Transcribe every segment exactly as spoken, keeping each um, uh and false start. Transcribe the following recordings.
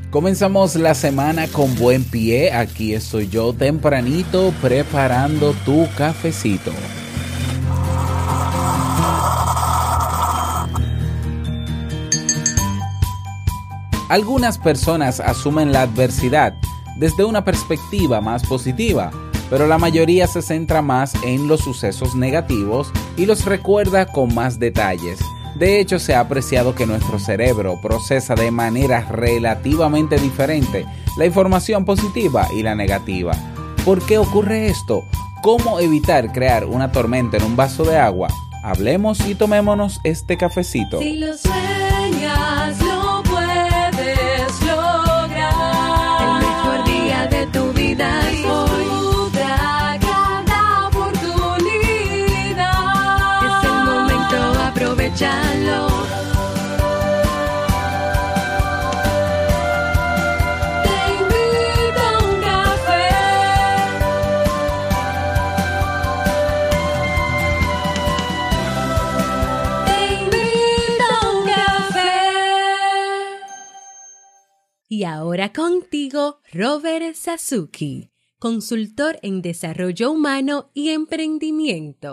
Comenzamos la semana con buen pie. Aquí estoy yo tempranito preparando tu cafecito. Algunas personas asumen la adversidad desde una perspectiva más positiva, pero la mayoría se centra más en los sucesos negativos y los recuerda con más detalles. De hecho, se ha apreciado que nuestro cerebro procesa de manera relativamente diferente la información positiva y la negativa. ¿Por qué ocurre esto? ¿Cómo evitar crear una tormenta en un vaso de agua? Hablemos y tomémonos este cafecito. Si lo sueñas, lo puedes lograr. El mejor día de tu vida es hoy. Disfruta cada oportunidad. Es el momento, aprovechalo. Te invito a un café. Te invito a un café. Y ahora contigo, Robert Sasuki, consultor en desarrollo humano y emprendimiento.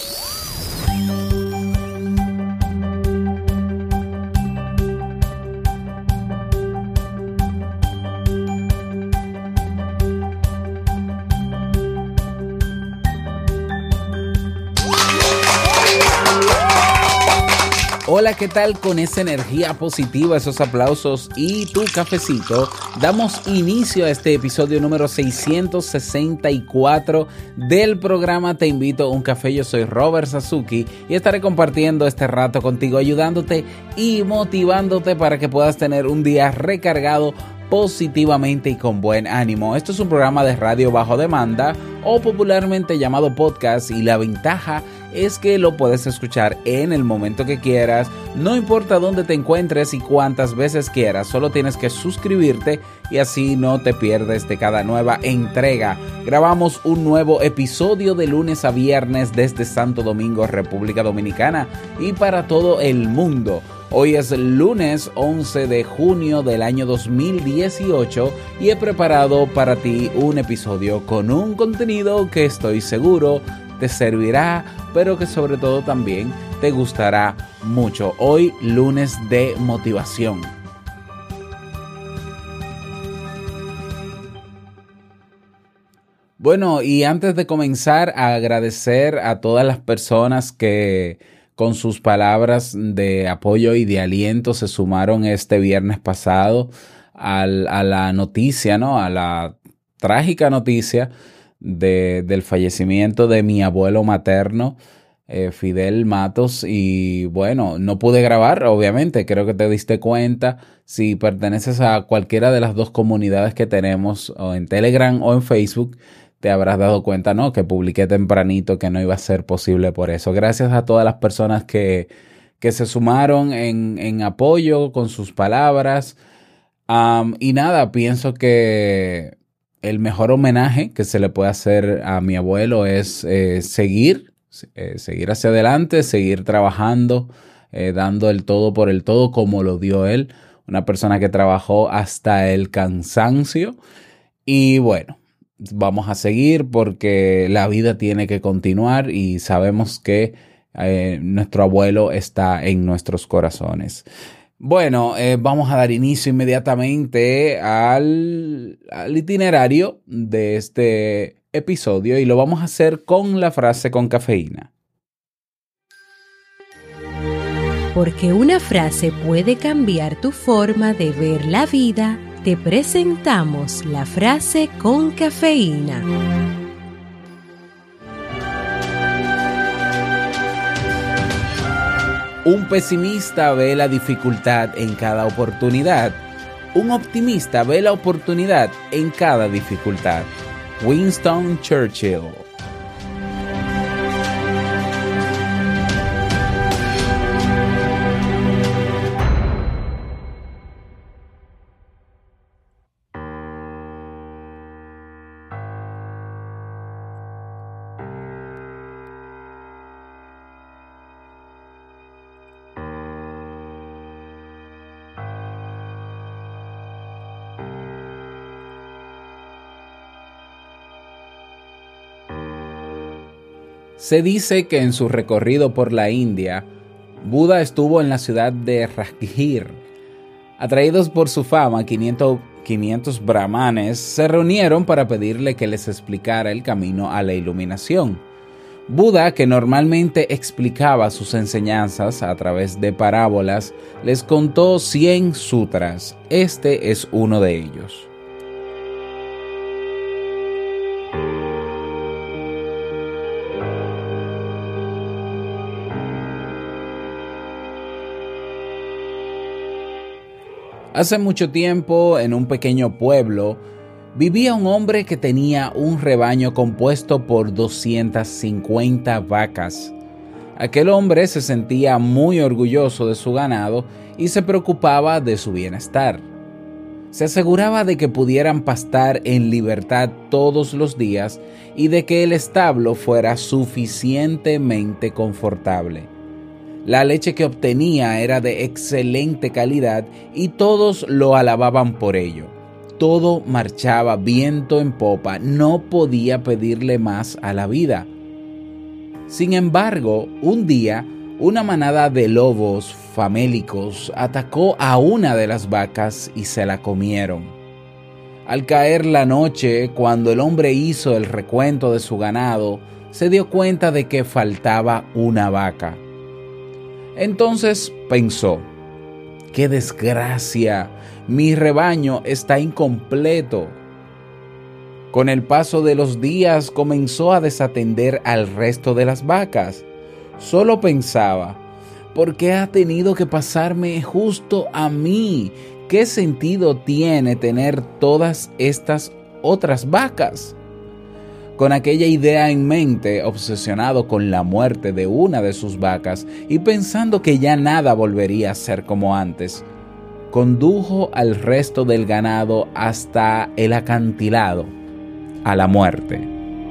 Hola, ¿qué tal? Con esa energía positiva, esos aplausos y tu cafecito, damos inicio a este episodio número seiscientos sesenta y cuatro del programa Te Invito a un Café. Yo soy Robert Sasuki y estaré compartiendo este rato contigo, ayudándote y motivándote para que puedas tener un día recargado positivamente y con buen ánimo. Esto es un programa de radio bajo demanda o popularmente llamado podcast, y la ventaja es que lo puedes escuchar en el momento que quieras, no importa dónde te encuentres y cuántas veces quieras. Solo tienes que suscribirte y así no te pierdes de cada nueva entrega. Grabamos un nuevo episodio de lunes a viernes desde Santo Domingo, República Dominicana, y para todo el mundo. Hoy es lunes once de junio del año dos mil dieciocho y he preparado para ti un episodio con un contenido que estoy seguro te servirá, pero que sobre todo también te gustará mucho. Hoy, lunes de motivación. Bueno, y antes de comenzar, a agradecer a todas las personas que con sus palabras de apoyo y de aliento se sumaron este viernes pasado al, a la noticia, ¿no? A la trágica noticia de, del fallecimiento de mi abuelo materno, eh, Fidel Matos. Y bueno, no pude grabar, obviamente, creo que te diste cuenta. Si perteneces a cualquiera de las dos comunidades que tenemos, o en Telegram o en Facebook, te habrás dado cuenta, ¿no?, que publiqué tempranito que no iba a ser posible por eso. Gracias a todas las personas que, que se sumaron en, en apoyo con sus palabras. Um, y nada, pienso que el mejor homenaje que se le puede hacer a mi abuelo es eh, seguir, eh, seguir hacia adelante, seguir trabajando, eh, dando el todo por el todo como lo dio él. Una persona que trabajó hasta el cansancio. Y bueno, vamos a seguir porque la vida tiene que continuar y sabemos que eh, nuestro abuelo está en nuestros corazones. Bueno, eh, vamos a dar inicio inmediatamente al, al itinerario de este episodio y lo vamos a hacer con la frase con cafeína. Porque una frase puede cambiar tu forma de ver la vida, te presentamos la frase con cafeína. Un pesimista ve la dificultad en cada oportunidad. Un optimista ve la oportunidad en cada dificultad. Winston Churchill. Se dice que en su recorrido por la India, Buda estuvo en la ciudad de Rajgir. Atraídos por su fama, quinientos, quinientos brahmanes se reunieron para pedirle que les explicara el camino a la iluminación. Buda, que normalmente explicaba sus enseñanzas a través de parábolas, les contó cien sutras. Este es uno de ellos. Hace mucho tiempo, en un pequeño pueblo, vivía un hombre que tenía un rebaño compuesto por doscientas cincuenta vacas. Aquel hombre se sentía muy orgulloso de su ganado y se preocupaba de su bienestar. Se aseguraba de que pudieran pastar en libertad todos los días y de que el establo fuera suficientemente confortable. La leche que obtenía era de excelente calidad y todos lo alababan por ello. Todo marchaba viento en popa, no podía pedirle más a la vida. Sin embargo, un día, una manada de lobos famélicos atacó a una de las vacas y se la comieron. Al caer la noche, cuando el hombre hizo el recuento de su ganado, se dio cuenta de que faltaba una vaca. Entonces pensó: ¡qué desgracia! Mi rebaño está incompleto. Con el paso de los días comenzó a desatender al resto de las vacas. Solo pensaba: ¿por qué ha tenido que pasarme justo a mí? ¿Qué sentido tiene tener todas estas otras vacas? Con aquella idea en mente, obsesionado con la muerte de una de sus vacas y pensando que ya nada volvería a ser como antes, condujo al resto del ganado hasta el acantilado, a la muerte.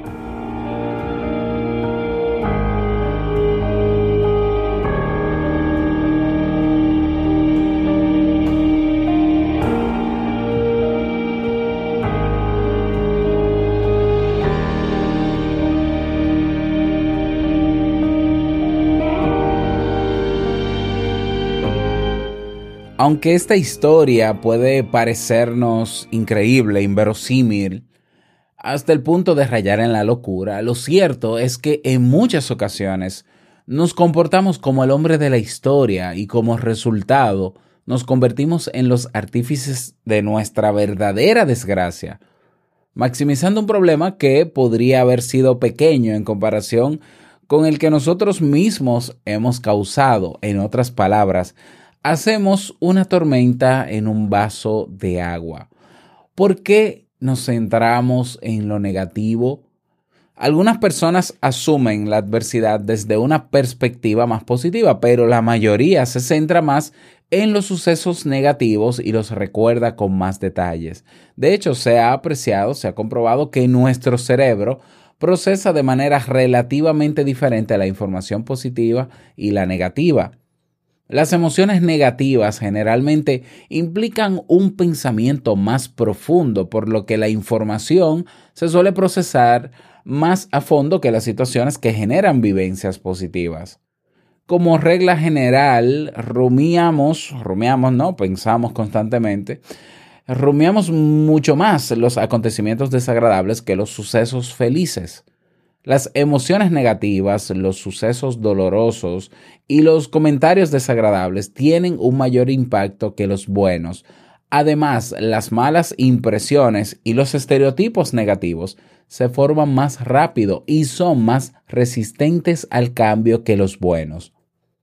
Aunque esta historia puede parecernos increíble, inverosímil, hasta el punto de rayar en la locura, lo cierto es que en muchas ocasiones nos comportamos como el hombre de la historia y como resultado nos convertimos en los artífices de nuestra verdadera desgracia, maximizando un problema que podría haber sido pequeño en comparación con el que nosotros mismos hemos causado. En otras palabras, hacemos una tormenta en un vaso de agua. ¿Por qué nos centramos en lo negativo? Algunas personas asumen la adversidad desde una perspectiva más positiva, pero la mayoría se centra más en los sucesos negativos y los recuerda con más detalles. De hecho, se ha apreciado, se ha comprobado que nuestro cerebro procesa de manera relativamente diferente la información positiva y la negativa. Las emociones negativas generalmente implican un pensamiento más profundo, por lo que la información se suele procesar más a fondo que las situaciones que generan vivencias positivas. Como regla general, rumiamos, rumiamos, ¿no? Pensamos constantemente, rumiamos mucho más los acontecimientos desagradables que los sucesos felices. Las emociones negativas, los sucesos dolorosos y los comentarios desagradables tienen un mayor impacto que los buenos. Además, las malas impresiones y los estereotipos negativos se forman más rápido y son más resistentes al cambio que los buenos.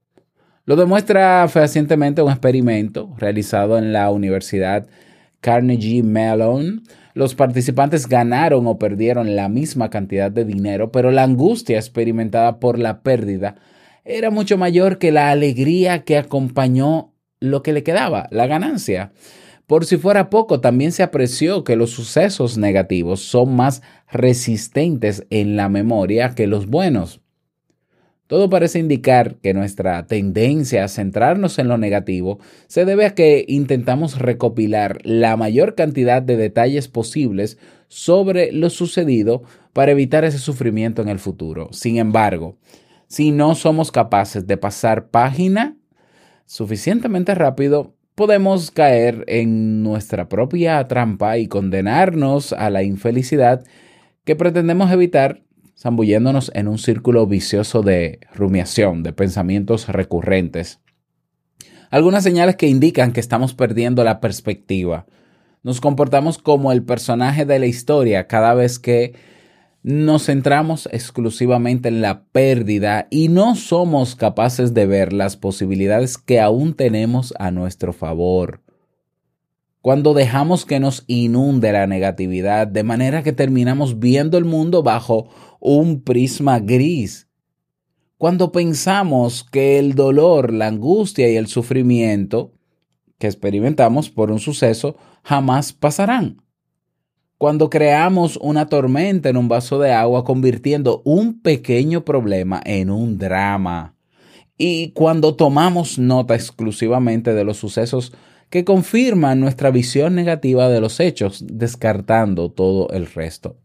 Lo demuestra fehacientemente un experimento realizado en la Universidad Carnegie Mellon. Los participantes ganaron o perdieron la misma cantidad de dinero, pero la angustia experimentada por la pérdida era mucho mayor que la alegría que acompañó lo que le quedaba, la ganancia. Por si fuera poco, también se apreció que los sucesos negativos son más resistentes en la memoria que los buenos. Todo parece indicar que nuestra tendencia a centrarnos en lo negativo se debe a que intentamos recopilar la mayor cantidad de detalles posibles sobre lo sucedido para evitar ese sufrimiento en el futuro. Sin embargo, si no somos capaces de pasar página suficientemente rápido, podemos caer en nuestra propia trampa y condenarnos a la infelicidad que pretendemos evitar, zambulléndonos en un círculo vicioso de rumiación, de pensamientos recurrentes. Algunas señales que indican que estamos perdiendo la perspectiva. Nos comportamos como el personaje de la historia cada vez que nos centramos exclusivamente en la pérdida y no somos capaces de ver las posibilidades que aún tenemos a nuestro favor. Cuando dejamos que nos inunde la negatividad, de manera que terminamos viendo el mundo bajo un prisma gris. Cuando pensamos que el dolor, la angustia y el sufrimiento que experimentamos por un suceso jamás pasarán. Cuando creamos una tormenta en un vaso de agua, convirtiendo un pequeño problema en un drama. Y cuando tomamos nota exclusivamente de los sucesos que confirman nuestra visión negativa de los hechos, descartando todo el resto.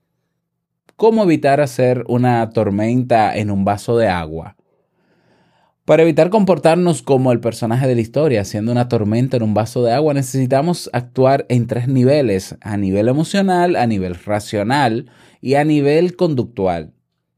¿Cómo evitar hacer una tormenta en un vaso de agua? Para evitar comportarnos como el personaje de la historia, haciendo una tormenta en un vaso de agua, necesitamos actuar en tres niveles: a nivel emocional, a nivel racional y a nivel conductual.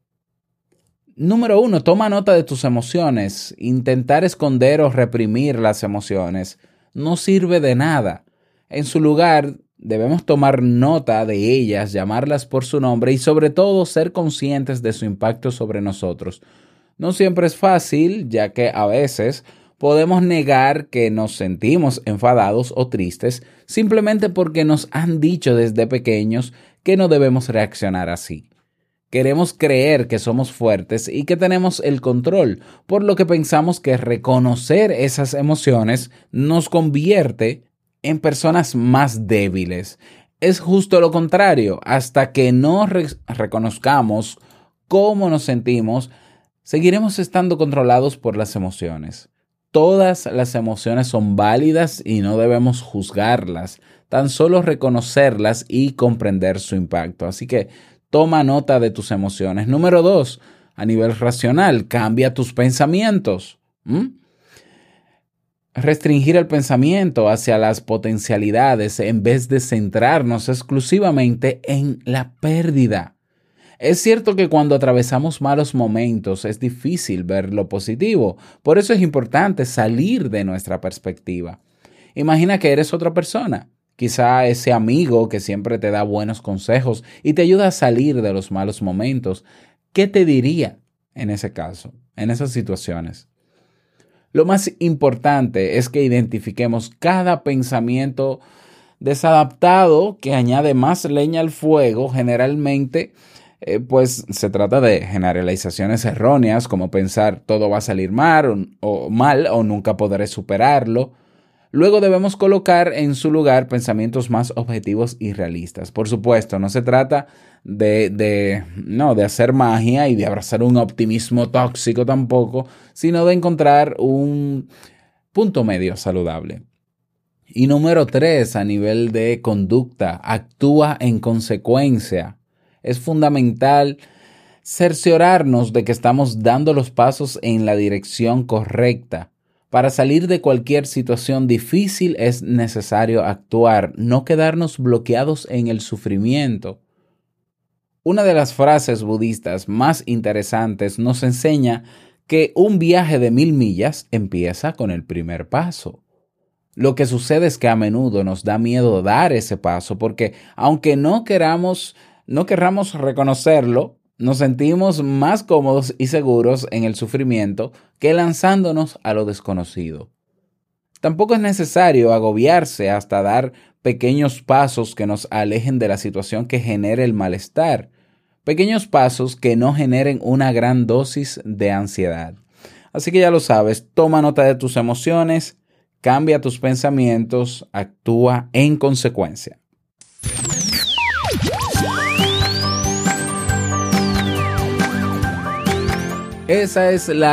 Número uno, toma nota de tus emociones. Intentar esconder o reprimir las emociones no sirve de nada. En su lugar, debemos tomar nota de ellas, llamarlas por su nombre y sobre todo ser conscientes de su impacto sobre nosotros. No siempre es fácil, ya que a veces podemos negar que nos sentimos enfadados o tristes simplemente porque nos han dicho desde pequeños que no debemos reaccionar así. Queremos creer que somos fuertes y que tenemos el control, por lo que pensamos que reconocer esas emociones nos convierte en personas más débiles. Es justo lo contrario. Hasta que no re- reconozcamos cómo nos sentimos, seguiremos estando controlados por las emociones. Todas las emociones son válidas y no debemos juzgarlas, tan solo reconocerlas y comprender su impacto. Así que toma nota de tus emociones. Número dos, a nivel racional, cambia tus pensamientos. ¿Mm? Restringir el pensamiento hacia las potencialidades en vez de centrarnos exclusivamente en la pérdida. Es cierto que cuando atravesamos malos momentos es difícil ver lo positivo, por eso es importante salir de nuestra perspectiva. Imagina que eres otra persona, quizá ese amigo que siempre te da buenos consejos y te ayuda a salir de los malos momentos. ¿Qué te diría en ese caso, en esas situaciones? Lo más importante es que identifiquemos cada pensamiento desadaptado que añade más leña al fuego. Generalmente Eh, pues se trata de generalizaciones erróneas, como pensar todo va a salir mal o, o mal o nunca podré superarlo. Luego debemos colocar en su lugar pensamientos más objetivos y realistas. Por supuesto, no se trata de, de, no, de hacer magia y de abrazar un optimismo tóxico tampoco, sino de encontrar un punto medio saludable. Y número tres, a nivel de conducta, actúa en consecuencia. Es fundamental cerciorarnos de que estamos dando los pasos en la dirección correcta. Para salir de cualquier situación difícil es necesario actuar, no quedarnos bloqueados en el sufrimiento. Una de las frases budistas más interesantes nos enseña que un viaje de mil millas empieza con el primer paso. Lo que sucede es que a menudo nos da miedo dar ese paso porque aunque no queramos No querramos reconocerlo, nos sentimos más cómodos y seguros en el sufrimiento que lanzándonos a lo desconocido. Tampoco es necesario agobiarse hasta dar pequeños pasos que nos alejen de la situación que genere el malestar, pequeños pasos que no generen una gran dosis de ansiedad. Así que ya lo sabes, toma nota de tus emociones, cambia tus pensamientos, actúa en consecuencia. Esa es la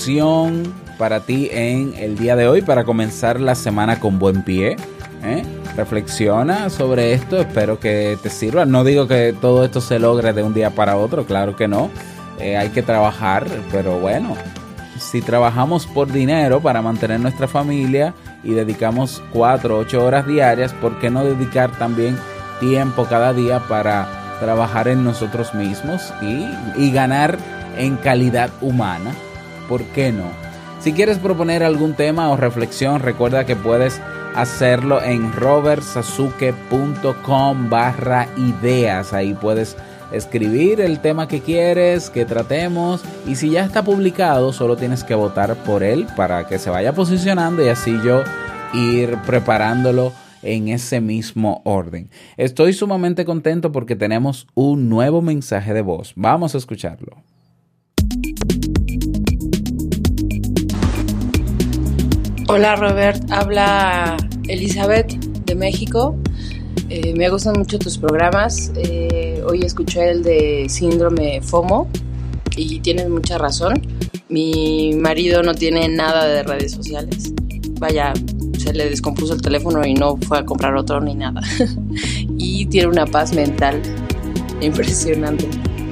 reflexión para ti en el día de hoy, para comenzar la semana con buen pie. ¿eh? reflexiona sobre esto, espero que te sirva. No digo que todo esto se logre de un día para otro, claro que no. Eh, hay que trabajar, pero bueno, si trabajamos por dinero para mantener nuestra familia y dedicamos cuatro o ocho horas diarias, ¿por qué no dedicar también tiempo cada día para trabajar en nosotros mismos y, y ganar en calidad humana? ¿Por qué no? Si quieres proponer algún tema o reflexión, recuerda que puedes hacerlo en robertsasuke.com barra ideas. Ahí puedes escribir el tema que quieres que tratemos, y si ya está publicado solo tienes que votar por él para que se vaya posicionando y así yo ir preparándolo en ese mismo orden. Estoy sumamente contento porque tenemos un nuevo mensaje de voz. Vamos a escucharlo. Hola Robert, habla Elizabeth de México. Eh, me gustan mucho tus programas. Eh, hoy escuché el de síndrome FOMO y tienes mucha razón. Mi marido no tiene nada de redes sociales. Vaya, se le descompuso el teléfono y no fue a comprar otro ni nada. Y tiene una paz mental impresionante.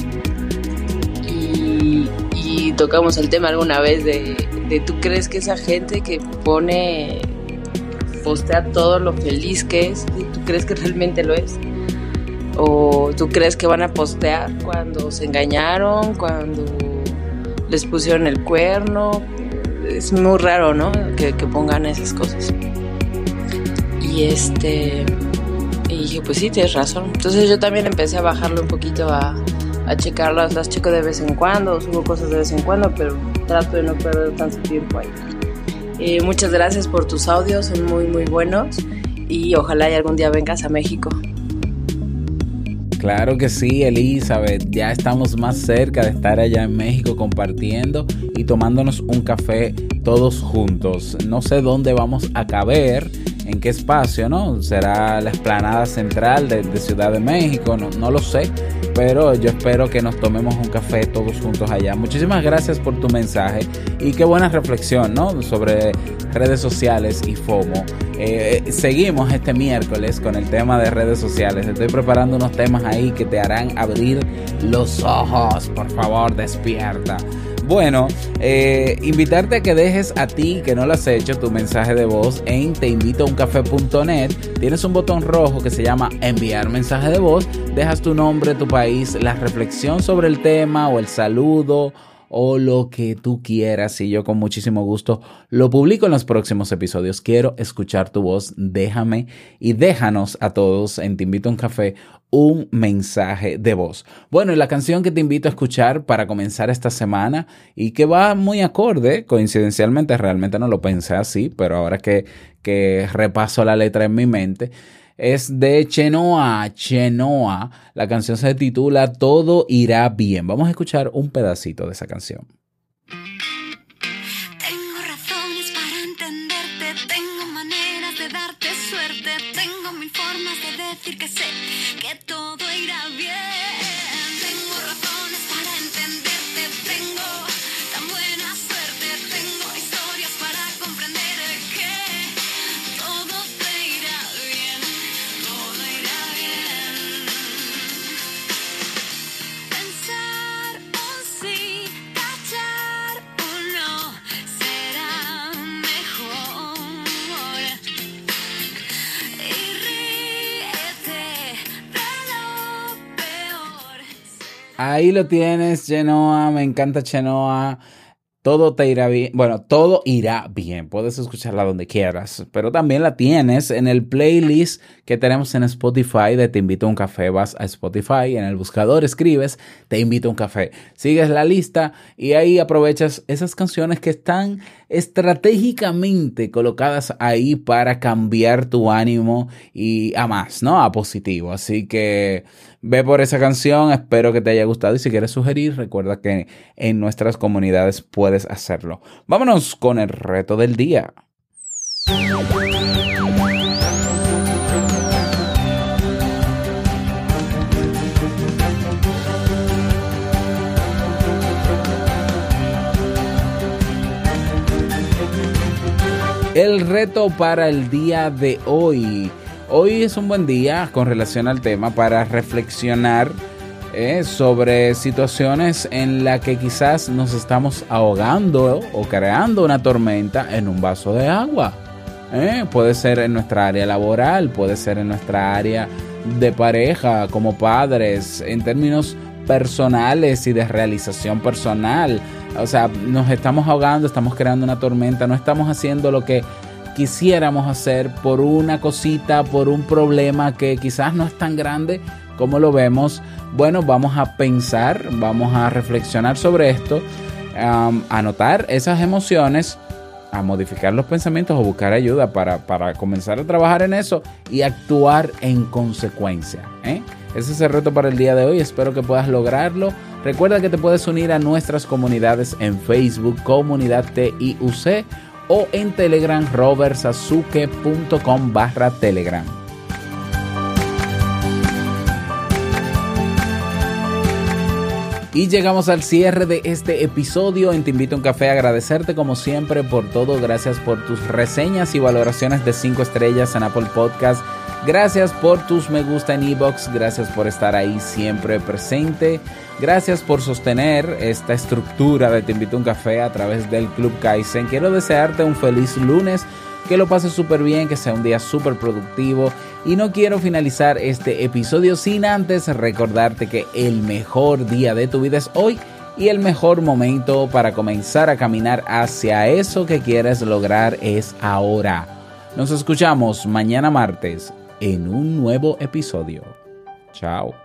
Y, y tocamos el tema alguna vez de, de ¿tú crees que esa gente que pone... postea todo lo feliz que es, ¿tú crees que realmente lo es? ¿O tú crees que van a postear cuando se engañaron, cuando les pusieron el cuerno? Es muy raro, ¿no? Que, que pongan esas cosas. Y este... Y dije, pues sí, tienes razón. Entonces yo también empecé a bajarlo un poquito, a, a checarlas. Las checo de vez en cuando, subo cosas de vez en cuando, pero trato de no perder tanto tiempo ahí. Eh, muchas gracias por tus audios, son muy muy buenos y ojalá y algún día vengas a México. Claro que sí, Elizabeth, ya estamos más cerca de estar allá en México compartiendo y tomándonos un café todos juntos. No sé dónde vamos a caber, en qué espacio, ¿no? ¿Será la explanada central de, de Ciudad de México? No, no lo sé, pero yo espero que nos tomemos un café todos juntos allá. Muchísimas gracias por tu mensaje y qué buena reflexión, ¿no? Sobre redes sociales y FOMO. Eh, seguimos este miércoles con el tema de redes sociales. Estoy preparando unos temas ahí que te harán abrir los ojos. Por favor, despierta. Bueno, eh, invitarte a que dejes a ti, que no lo has hecho, tu mensaje de voz en te invito a un café punto net. Tienes un botón rojo que se llama enviar mensaje de voz. Dejas tu nombre, tu país, la reflexión sobre el tema o el saludo o lo que tú quieras, y yo con muchísimo gusto lo publico en los próximos episodios. Quiero escuchar tu voz. Déjame y déjanos a todos en Te Invito a un Café un mensaje de voz. Bueno, y la canción que te invito a escuchar para comenzar esta semana y que va muy acorde, coincidencialmente, realmente no lo pensé así, pero ahora que, que repaso la letra en mi mente, es de Chenoa, Chenoa. La canción se titula Todo irá bien. Vamos a escuchar un pedacito de esa canción. Tengo razones para entenderte, tengo maneras de darte suerte, tengo mil formas de decir que sé que todo irá bien. Tengo razones para entenderte, tengo tan buena suerte, tengo historias para comprender que todo te irá bien, todo irá bien. Pensar un sí, cachar un no, será mejor. Y ríete de lo peor. Ahí lo tienes, Chenoa. Me encanta Chenoa. Todo te irá bien. Bueno, todo irá bien. Puedes escucharla donde quieras. Pero también la tienes en el playlist que tenemos en Spotify de Te Invito a un Café. Vas a Spotify, en el buscador escribes Te Invito a un Café. Sigues la lista y ahí aprovechas esas canciones que están estratégicamente colocadas ahí para cambiar tu ánimo y a más, ¿no? A positivo. Así que ve por esa canción. Espero que te haya gustado y si quieres sugerir, recuerda que en nuestras comunidades puedes hacerlo. Vámonos con el reto del día. El reto para el día de hoy. hoy es un buen día con relación al tema para reflexionar eh, sobre situaciones en las que quizás nos estamos ahogando o creando una tormenta en un vaso de agua. Eh, puede ser en nuestra área laboral, puede ser en nuestra área de pareja, como padres, en términos personales y de realización personal. O sea, nos estamos ahogando, estamos creando una tormenta, no estamos haciendo lo que quisiéramos hacer por una cosita, por un problema que quizás no es tan grande como lo vemos. Bueno, vamos a pensar, vamos a reflexionar sobre esto, um, anotar esas emociones, a modificar los pensamientos o buscar ayuda para, para comenzar a trabajar en eso y actuar en consecuencia, ¿eh? Ese es el reto para el día de hoy. Espero que puedas lograrlo. Recuerda que te puedes unir a nuestras comunidades en Facebook, Comunidad T I U C, o en Telegram, robertsazuke.com barra Telegram. Y llegamos al cierre de este episodio en Te Invito a un Café. Agradecerte como siempre por todo. Gracias por tus reseñas y valoraciones de cinco estrellas en Apple Podcast. Gracias por tus me gusta en iVoox. Gracias por estar ahí siempre presente. Gracias por sostener esta estructura de Te Invito a un Café a través del Club Kaizen. Quiero desearte un feliz lunes. Que lo pases súper bien, que sea un día súper productivo. Y no quiero finalizar este episodio sin antes recordarte que el mejor día de tu vida es hoy y el mejor momento para comenzar a caminar hacia eso que quieres lograr es ahora. Nos escuchamos mañana martes en un nuevo episodio. Chao.